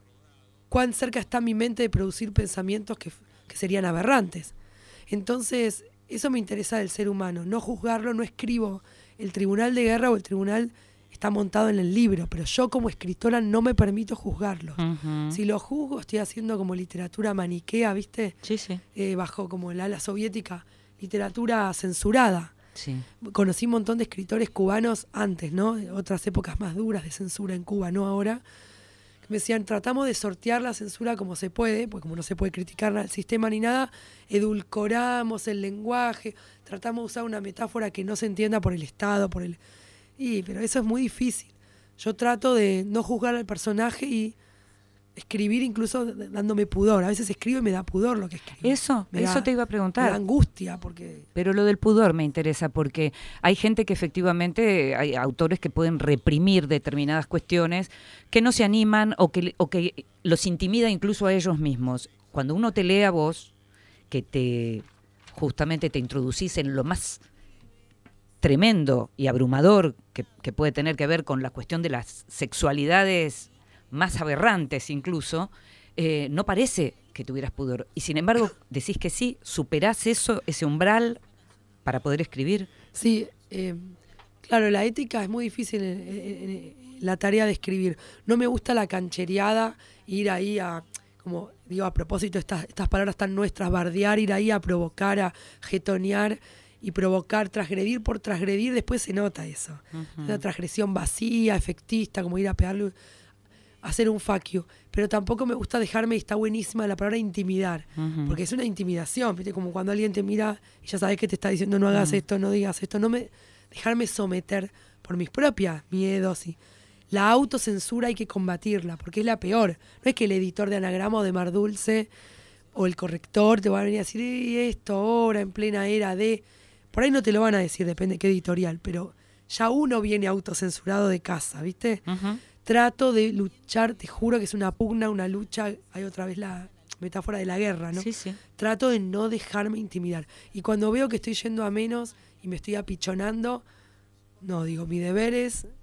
¿Cuán cerca está mi mente de producir pensamientos que serían aberrantes? Entonces, eso me interesa del ser humano, no juzgarlo, no escribo. El tribunal de guerra o el tribunal está montado en el libro, pero yo como escritora no me permito juzgarlo. Uh-huh. Si lo juzgo, estoy haciendo como literatura maniquea, ¿viste? Sí, sí. Bajo como el ala soviética, literatura censurada. Sí. Conocí un montón de escritores cubanos antes, ¿no? De otras épocas más duras de censura en Cuba, no ahora. Que me decían, tratamos de sortear la censura como se puede, porque como no se puede criticar al sistema ni nada, edulcoramos el lenguaje, tratamos de usar una metáfora que no se entienda por el Estado, pero eso es muy difícil. Yo trato de no juzgar al personaje y escribir incluso dándome pudor. A veces escribo y me da pudor lo que escribo. Eso te iba a preguntar. Me da angustia porque... Pero lo del pudor me interesa porque hay gente que efectivamente, hay autores que pueden reprimir determinadas cuestiones, que no se animan o que los intimida incluso a ellos mismos. Cuando uno te lee a vos, que justamente te introducís en lo más tremendo y abrumador que puede tener que ver con la cuestión de las sexualidades más aberrantes incluso, no parece que tuvieras pudor. Y sin embargo, decís que sí, superás ese umbral para poder escribir. Sí, claro, la ética es muy difícil en la tarea de escribir. No me gusta la canchereada, ir ahí como digo, a propósito, estas palabras tan nuestras, bardear, ir ahí a provocar, a jetonear y provocar, transgredir por transgredir, después se nota eso. Uh-huh. Una transgresión vacía, efectista, como ir a pegarle, hacer un fuck you. Pero tampoco me gusta dejarme, y está buenísima la palabra intimidar, uh-huh, porque es una intimidación, ¿viste? Como cuando alguien te mira y ya sabes que te está diciendo no hagas esto, no digas esto, dejarme someter por mis propios miedos. Y la autocensura hay que combatirla, porque es la peor. No es que el editor de Anagrama o de Mar Dulce o el corrector te va a venir a decir esto ahora en plena era de... Por ahí no te lo van a decir, depende de qué editorial, pero ya uno viene autocensurado de casa, ¿viste? Uh-huh. Trato de luchar, te juro que es una pugna, una lucha, hay otra vez la metáfora de la guerra, ¿no? Sí, sí. Trato de no dejarme intimidar. Y cuando veo que estoy yendo a menos y me estoy apichonando, no, digo, mi deber es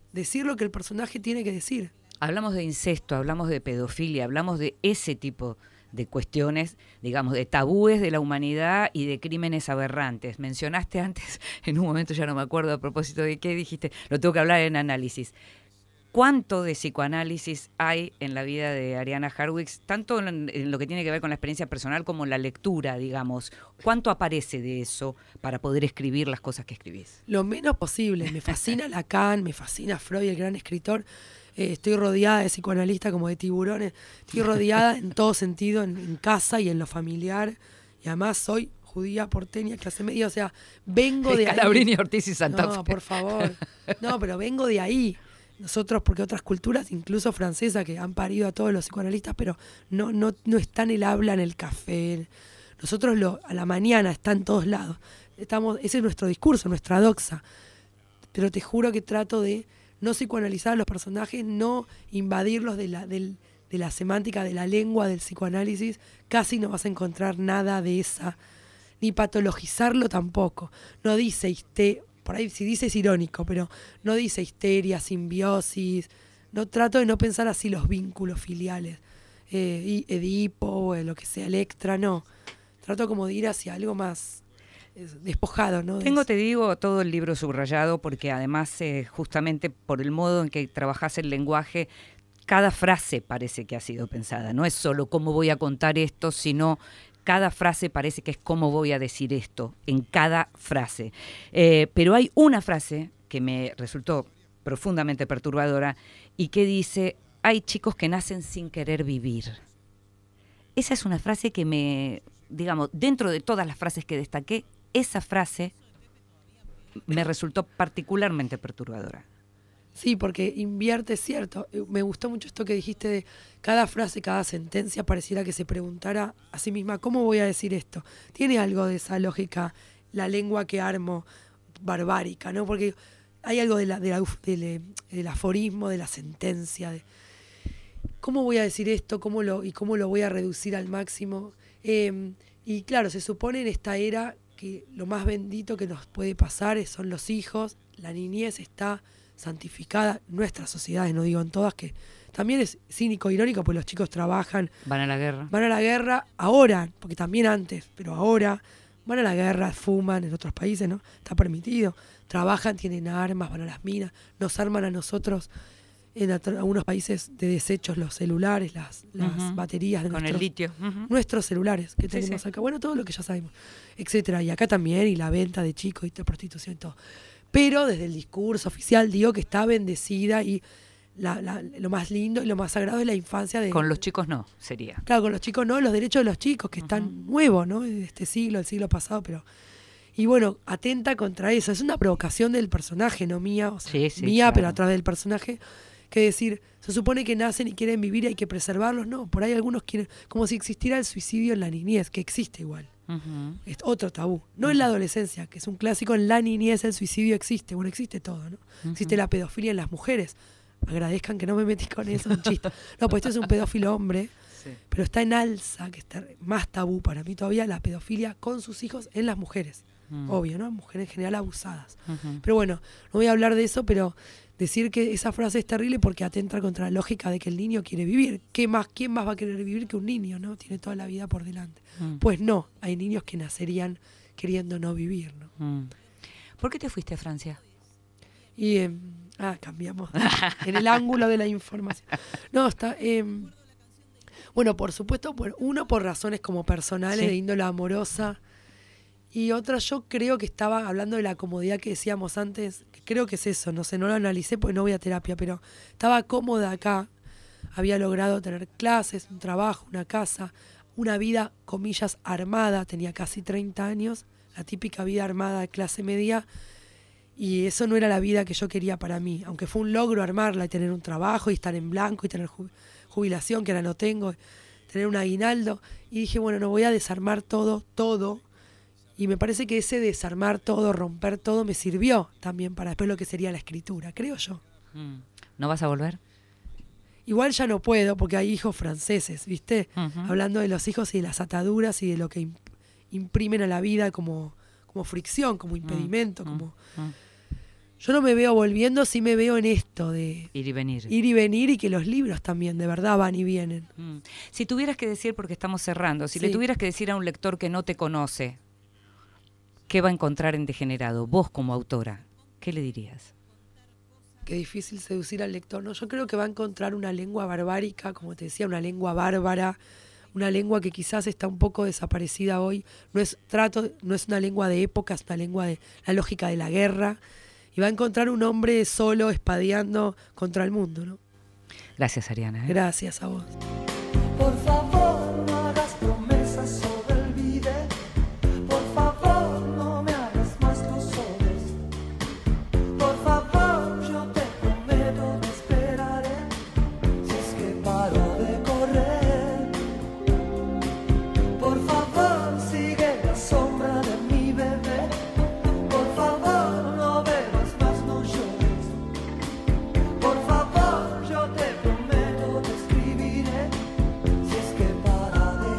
decir lo que el personaje tiene que decir. Hablamos de incesto, hablamos de pedofilia, hablamos de ese tipo de cuestiones, digamos, de tabúes de la humanidad y de crímenes aberrantes. Mencionaste antes, en un momento ya no me acuerdo a propósito de qué dijiste, lo tengo que hablar en análisis. ¿Cuánto de psicoanálisis hay en la vida de Ariana Harwicz, tanto en lo que tiene que ver con la experiencia personal como en la lectura, digamos? ¿Cuánto aparece de eso para poder escribir las cosas que escribís? Lo menos posible. Me fascina Lacan, me fascina Freud, el gran escritor. Estoy rodeada de psicoanalistas como de tiburones. Estoy rodeada en todo sentido, en casa y en lo familiar. Y además soy judía, porteña, clase media. O sea, vengo de ahí. Scalabrini, Ortiz y Santa Fe. No, por favor. No, pero vengo de ahí. Nosotros, porque otras culturas, incluso francesas, que han parido a todos los psicoanalistas, pero no está en el habla, en el café. Nosotros a la mañana está en todos lados. Ese es nuestro discurso, nuestra doxa. Pero te juro que trato de no psicoanalizar a los personajes, no invadirlos de la semántica, de la lengua, del psicoanálisis. Casi no vas a encontrar nada de esa, ni patologizarlo tampoco. No dice por ahí si dice es irónico, pero no dice histeria, simbiosis. No trato de no pensar así los vínculos filiales. Y Edipo, lo que sea, Electra, no. Trato como de ir hacia algo más despojado, ¿no? Te digo, todo el libro subrayado, porque además, justamente por el modo en que trabajás el lenguaje, cada frase parece que ha sido pensada. No es solo cómo voy a contar esto, sino cada frase parece que es cómo voy a decir esto, en cada frase. Pero hay una frase que me resultó profundamente perturbadora y que dice, hay chicos que nacen sin querer vivir. Esa es una frase que digamos, dentro de todas las frases que destaqué, esa frase me resultó particularmente perturbadora. Sí, porque invierte, cierto. Me gustó mucho esto que dijiste de cada frase, cada sentencia, pareciera que se preguntara a sí misma, ¿cómo voy a decir esto? Tiene algo de esa lógica, la lengua que armo, barbárica, ¿no? Porque hay algo del aforismo, de la sentencia, de ¿cómo voy a decir esto? ¿Cómo lo voy a reducir al máximo? Y claro, se supone en esta era que lo más bendito que nos puede pasar son los hijos, la niñez está santificada, nuestras sociedades, no digo en todas, que también es cínico, irónico, pues los chicos trabajan. Van a la guerra ahora, porque también antes, pero ahora van a la guerra, fuman en otros países, ¿no? Está permitido. Trabajan, tienen armas, van a las minas, nos arman a nosotros en algunos países de desechos los celulares, las baterías de con el litio. Nuestros celulares que tenemos acá. Bueno, todo lo que ya sabemos, etcétera. Y acá también, y la venta de chicos y de prostitución y todo. Pero desde el discurso oficial digo que está bendecida y lo más lindo y lo más sagrado es la infancia de... Con los chicos no, sería. Claro, con los chicos no, los derechos de los chicos que están nuevos, ¿no? De este siglo, el siglo pasado, pero... Y bueno, atenta contra eso. Es una provocación del personaje, no mía, o sea, mía, claro, pero a través del personaje, que decir, se supone que nacen y quieren vivir y hay que preservarlos. No, por ahí algunos quieren, como si existiera el suicidio en la niñez, que existe igual. Es otro tabú. No en la adolescencia, que es un clásico, en la niñez el suicidio existe. Bueno, existe todo, ¿no? Existe la pedofilia en las mujeres. Agradezcan que no me metí con eso, un chiste. No, pues esto es un pedófilo hombre, pero está en alza, que está más tabú para mí todavía, la pedofilia con sus hijos en las mujeres. Obvio, ¿no? Mujeres en general abusadas. Pero bueno, no voy a hablar de eso, pero decir que esa frase es terrible porque atenta contra la lógica de que el niño quiere vivir. ¿Quién más va a querer vivir que un niño, no? Tiene toda la vida por delante. Pues no, hay niños que nacerían queriendo no vivir, ¿no? ¿Por qué te fuiste a Francia? Y cambiamos en el ángulo de la información. No, está... bueno, por supuesto, por razones como personales, de índole amorosa. Y otra, yo creo que estaba hablando de la comodidad que decíamos antes, que creo que es eso, no sé, no lo analicé porque no voy a terapia, pero estaba cómoda acá, había logrado tener clases, un trabajo, una casa, una vida, comillas, armada, tenía casi 30 años, la típica vida armada de clase media, y eso no era la vida que yo quería para mí, aunque fue un logro armarla y tener un trabajo y estar en blanco y tener jubilación, que ahora no tengo, tener un aguinaldo, y dije, bueno, no voy a desarmar todo, y me parece que ese desarmar todo, romper todo, me sirvió también para después lo que sería la escritura, creo yo. ¿No vas a volver? Igual ya no puedo, porque hay hijos franceses, ¿viste? Hablando de los hijos y de las ataduras y de lo que imprimen a la vida como fricción, como impedimento, yo no me veo volviendo, sí me veo en esto de Ir y venir. ir y venir, y que los libros también de verdad van y vienen. Si tuvieras que decir, porque estamos cerrando, si Sí. le tuvieras que decir a un lector que no te conoce, ¿qué va a encontrar en Degenerado? Vos como autora, ¿qué le dirías? Qué difícil seducir al lector, ¿no? Yo creo que va a encontrar una lengua barbárica, como te decía, una lengua bárbara, una lengua que quizás está un poco desaparecida hoy. No es una lengua de época, es una lengua de la lógica de la guerra. Y va a encontrar un hombre solo, espadeando contra el mundo, ¿no? Gracias, Ariana. Gracias a vos. Por favor, no hagas promesas sobre el bidet. Por favor, no me hagas más los soles. Por favor, yo te prometo te esperaré. Si es que paro de correr. Por favor, sigue la sombra de mi bebé. Por favor, no bebas más, no llores. Por favor, yo te prometo te escribiré. Si es que para de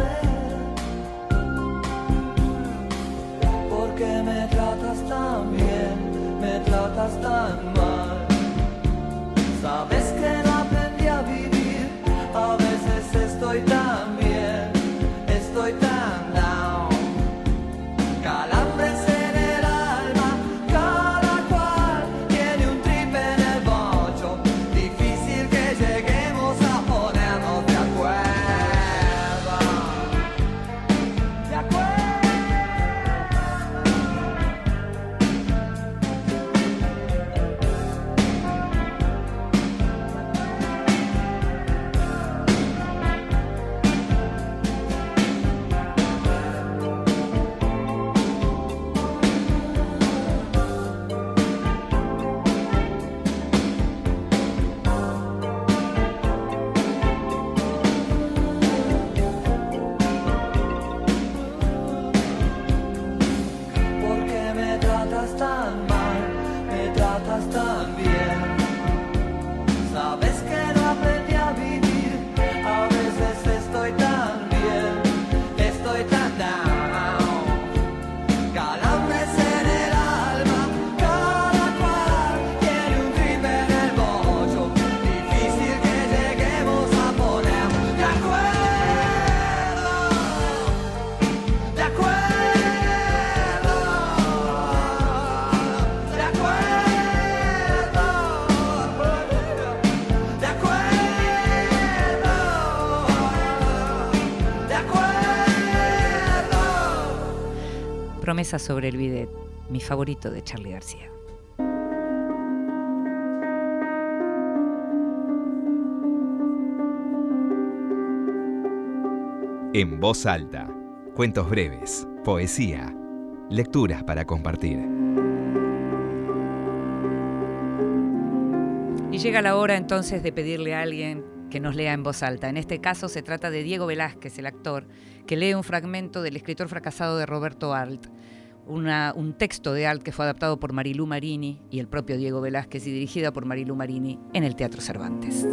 llover. Porque me tratas tan bien, me tratas tan mal. Sabes que no aprendí a vivir. A veces estoy tan bien, estoy tan down. Calambres en el alma, cada cual tiene un trip en el bocho. Difícil que lleguemos a ponernos de acuerdo. De acuerdo. Porque me tratas tan mal, me tratas tan bien. Sabes que no aprendí a vivir. A veces estoy tan bien, estoy tan down. Calambres en el alma, cada cual tiene un trip en el bocho. Difícil que lleguemos a ponernos de acuerdo. De acuerdo. De acuerdo. De acuerdo. De acuerdo. Promesa sobre el bidet, mi favorito de Charly García. En voz alta, cuentos breves, poesía, lecturas para compartir. Y llega la hora entonces de pedirle a alguien que nos lea en voz alta. En este caso se trata de Diego Velázquez, el actor, que lee un fragmento del escritor fracasado de Roberto Alt, un texto de Alt que fue adaptado por Marilú Marini y el propio Diego Velázquez y dirigida por Marilú Marini en el Teatro Cervantes.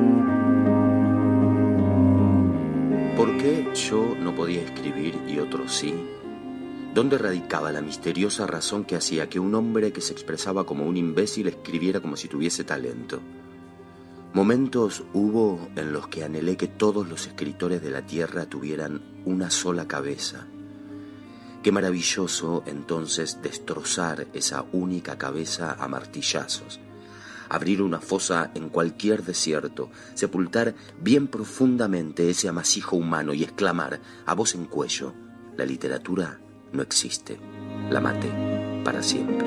¿Por qué yo no podía escribir y otros sí? ¿Dónde radicaba la misteriosa razón que hacía que un hombre que se expresaba como un imbécil escribiera como si tuviese talento? Momentos hubo en los que anhelé que todos los escritores de la tierra tuvieran una sola cabeza. Qué maravilloso entonces destrozar esa única cabeza a martillazos. Abrir una fosa en cualquier desierto, sepultar bien profundamente ese amasijo humano y exclamar a voz en cuello: la literatura no existe, la maté para siempre.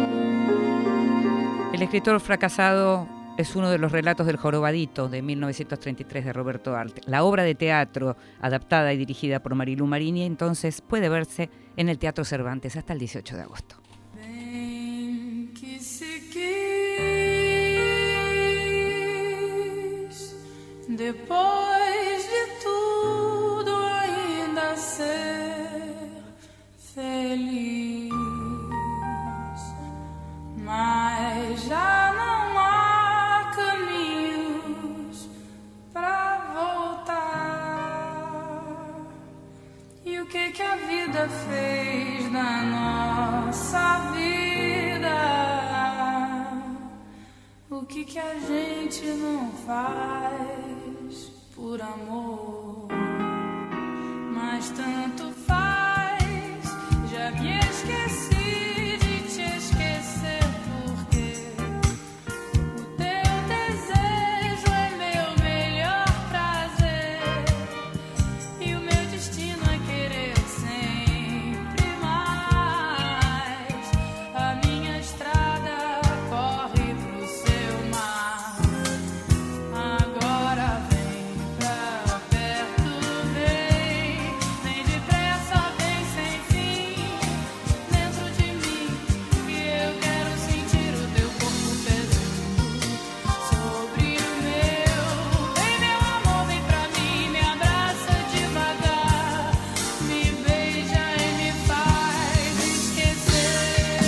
El escritor fracasado es uno de los relatos del Jorobadito de 1933 de Roberto Alt. La obra de teatro adaptada y dirigida por Marilú Marini entonces puede verse en el Teatro Cervantes hasta el 18 de agosto. Bem que se quis, depois de tudo ainda ser feliz, mas já não há caminhos pra voltar. E o que a vida fez na nossa vida? que a gente não faz por amor? Mas tanto faz, já me esqueci de te esquecer, porque o teu desejo é meu melhor prazer e o meu destino é querer sempre mais. A minha estrada corre pro seu mar. Agora vem pra perto, vem depressa, vem sem fim dentro de mim, que eu quero sentir o teu corpo pesando sobre o meu. Vem meu amor, vem pra mim, me abraça devagar, me beija e me faz esquecer.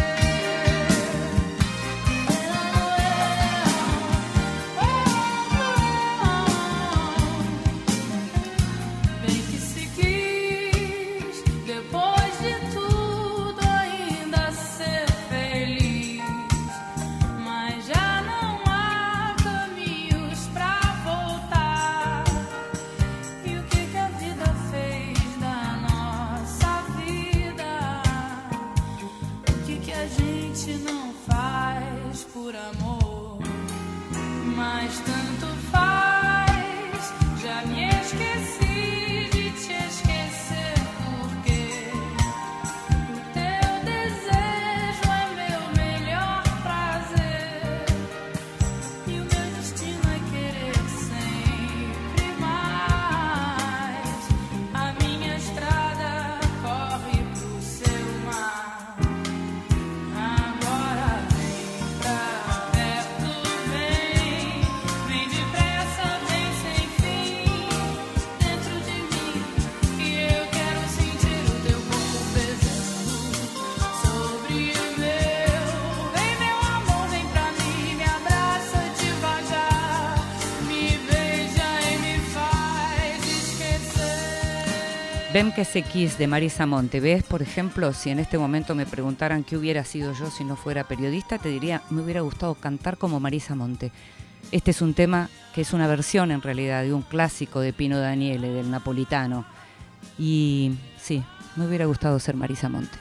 Bem que se quis, depois de tudo, ainda ser feliz, mas já não há caminhos pra voltar. E o que a vida fez da nossa vida? O que a gente não faz por amor? Mas tanto faz, já me esqueci de te esquecer, porque o teu desejo é meu melhor prazer e o meu destino é querer sempre mais. A minha estrada corre pro seu mar. Agora vem pra perto, vem depressa, vem sem fim dentro de mim, que eu quero sentir o teu corpo pesando sobre o meu. Vem meu amor, vem pra mim, me abraça devagar, me beija e me faz esquecer. Ven que se quis, de Marisa Monte. ¿Ves? Por ejemplo, si en este momento me preguntaran qué hubiera sido yo si no fuera periodista, te diría, me hubiera gustado cantar como Marisa Monte. Este es un tema que es una versión en realidad de un clásico de Pino Daniele, del Napolitano. Y sí, me hubiera gustado ser Marisa Monte.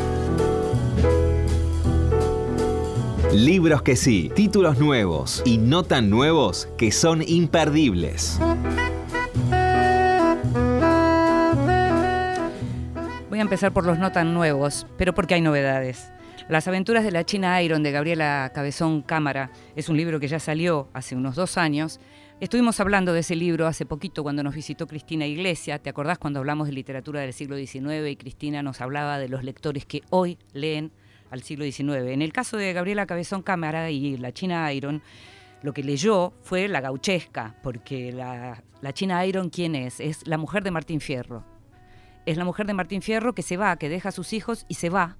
Libros que sí, títulos nuevos y no tan nuevos que son imperdibles. Voy a empezar por los no tan nuevos, pero porque hay novedades. Las aventuras de la China Iron, de Gabriela Cabezón Cámara, es un libro que ya salió hace unos 2 años. Estuvimos hablando de ese libro hace poquito cuando nos visitó Cristina Iglesia. ¿Te acordás cuando hablamos de literatura del siglo XIX y Cristina nos hablaba de los lectores que hoy leen al siglo XIX? En el caso de Gabriela Cabezón Cámara y la China Iron, lo que leyó fue la gauchesca, porque la China Iron, ¿quién es? Es la mujer de Martín Fierro. Es la mujer de Martín Fierro que se va, que deja a sus hijos y se va,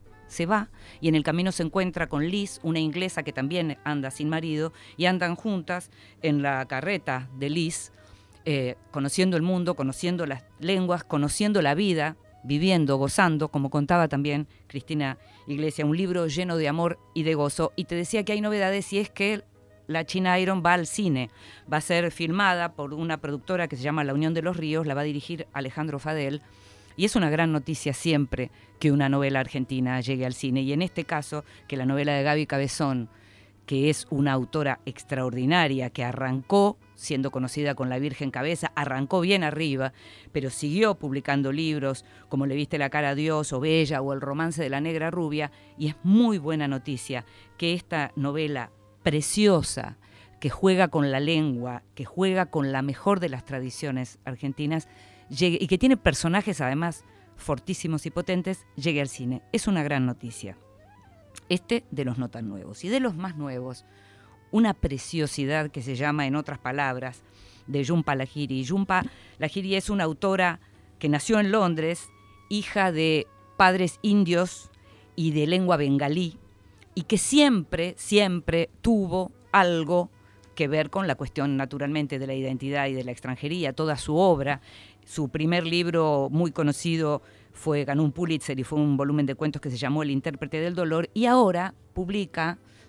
y en el camino se encuentra con Liz, una inglesa que también anda sin marido, y andan juntas en la carreta de Liz, conociendo el mundo, conociendo las lenguas, conociendo la vida, viviendo, gozando, como contaba también Cristina Iglesia, un libro lleno de amor y de gozo. Y te decía que hay novedades, y es que la China Iron va al cine, va a ser filmada por una productora que se llama La Unión de los Ríos, la va a dirigir Alejandro Fadel. Y es una gran noticia siempre que una novela argentina llegue al cine. Y en este caso, que la novela de Gaby Cabezón, que es una autora extraordinaria, que arrancó siendo conocida con La Virgen Cabeza, arrancó bien arriba, pero siguió publicando libros como Le viste la cara a Dios o Bella o El romance de la negra rubia. Y es muy buena noticia que esta novela preciosa, que juega con la lengua, que juega con la mejor de las tradiciones argentinas, llegue, y que tiene personajes además fortísimos y potentes, llegue al cine. Es una gran noticia. Este de los no tan nuevos. Y de los más nuevos, una preciosidad que se llama, en otras palabras, de Jhumpa Lahiri. Jhumpa Lahiri es una autora que nació en Londres, hija de padres indios y de lengua bengalí, y que siempre tuvo algo que ver con la cuestión, naturalmente, de la identidad y de la extranjería. Toda su obra, su primer libro muy conocido ganó un Pulitzer y fue un volumen de cuentos que se llamó El intérprete del dolor, y ahora publica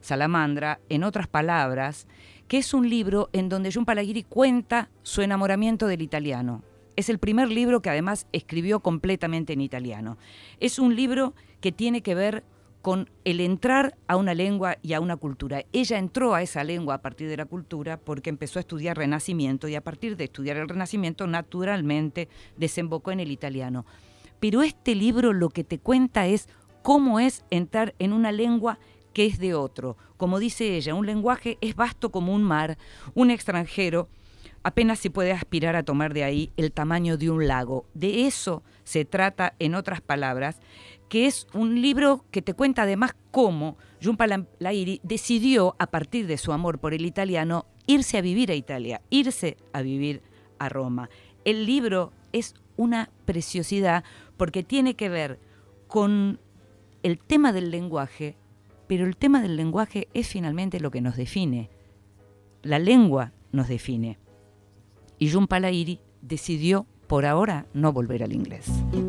Salamandra, en otras palabras, que es un libro en donde Jhumpa Lahiri cuenta su enamoramiento del italiano. Es el primer libro que además escribió completamente en italiano. Es un libro que tiene que ver con el entrar a una lengua y a una cultura. Ella entró a esa lengua a partir de la cultura porque empezó a estudiar Renacimiento y a partir de estudiar el Renacimiento naturalmente desembocó en el italiano. Pero este libro lo que te cuenta es cómo es entrar en una lengua que es de otro. Como dice ella, un lenguaje es vasto como un mar, un extranjero apenas se puede aspirar a tomar de ahí el tamaño de un lago. De eso se trata, en otras palabras, que es un libro que te cuenta además cómo Jhumpa Lahiri decidió, a partir de su amor por el italiano, irse a vivir a Italia, irse a vivir a Roma. El libro es una preciosidad porque tiene que ver con el tema del lenguaje, pero el tema del lenguaje es finalmente lo que nos define. La lengua nos define. Y Jhumpa Lahiri decidió, por ahora, no volver al inglés.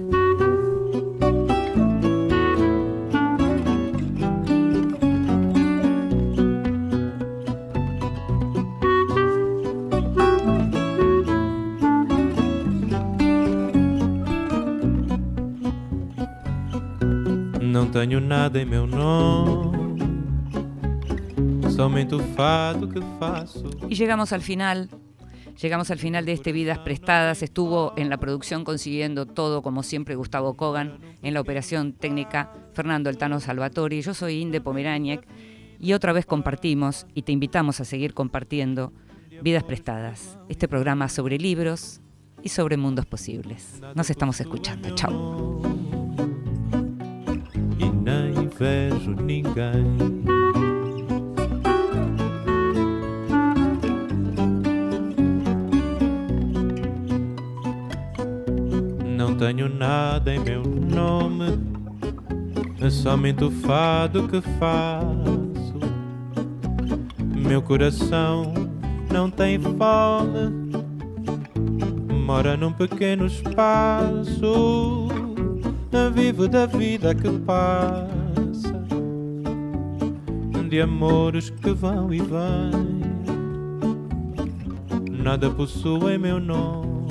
Não tenho nada em meu nome, somente o fado que faço. Y llegamos al final de este Vidas Prestadas. Estuvo en la producción consiguiendo todo, como siempre, Gustavo Kogan. En la operación técnica, Fernando El Tano Salvatori. Yo soy Inde Pomeráñez y otra vez compartimos y te invitamos a seguir compartiendo Vidas Prestadas, este programa sobre libros y sobre mundos posibles. Nos estamos escuchando. Chao. E nem vejo ninguém. Não tenho nada em meu nome, é somente o fado que faço. Meu coração não tem fome, mora num pequeno espaço. Vivo da vida que passa, de amores que vão e vêm. Nada possuem meu nome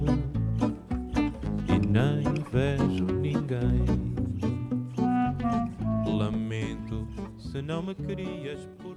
e nem vejo ninguém. Lamento se não me querias.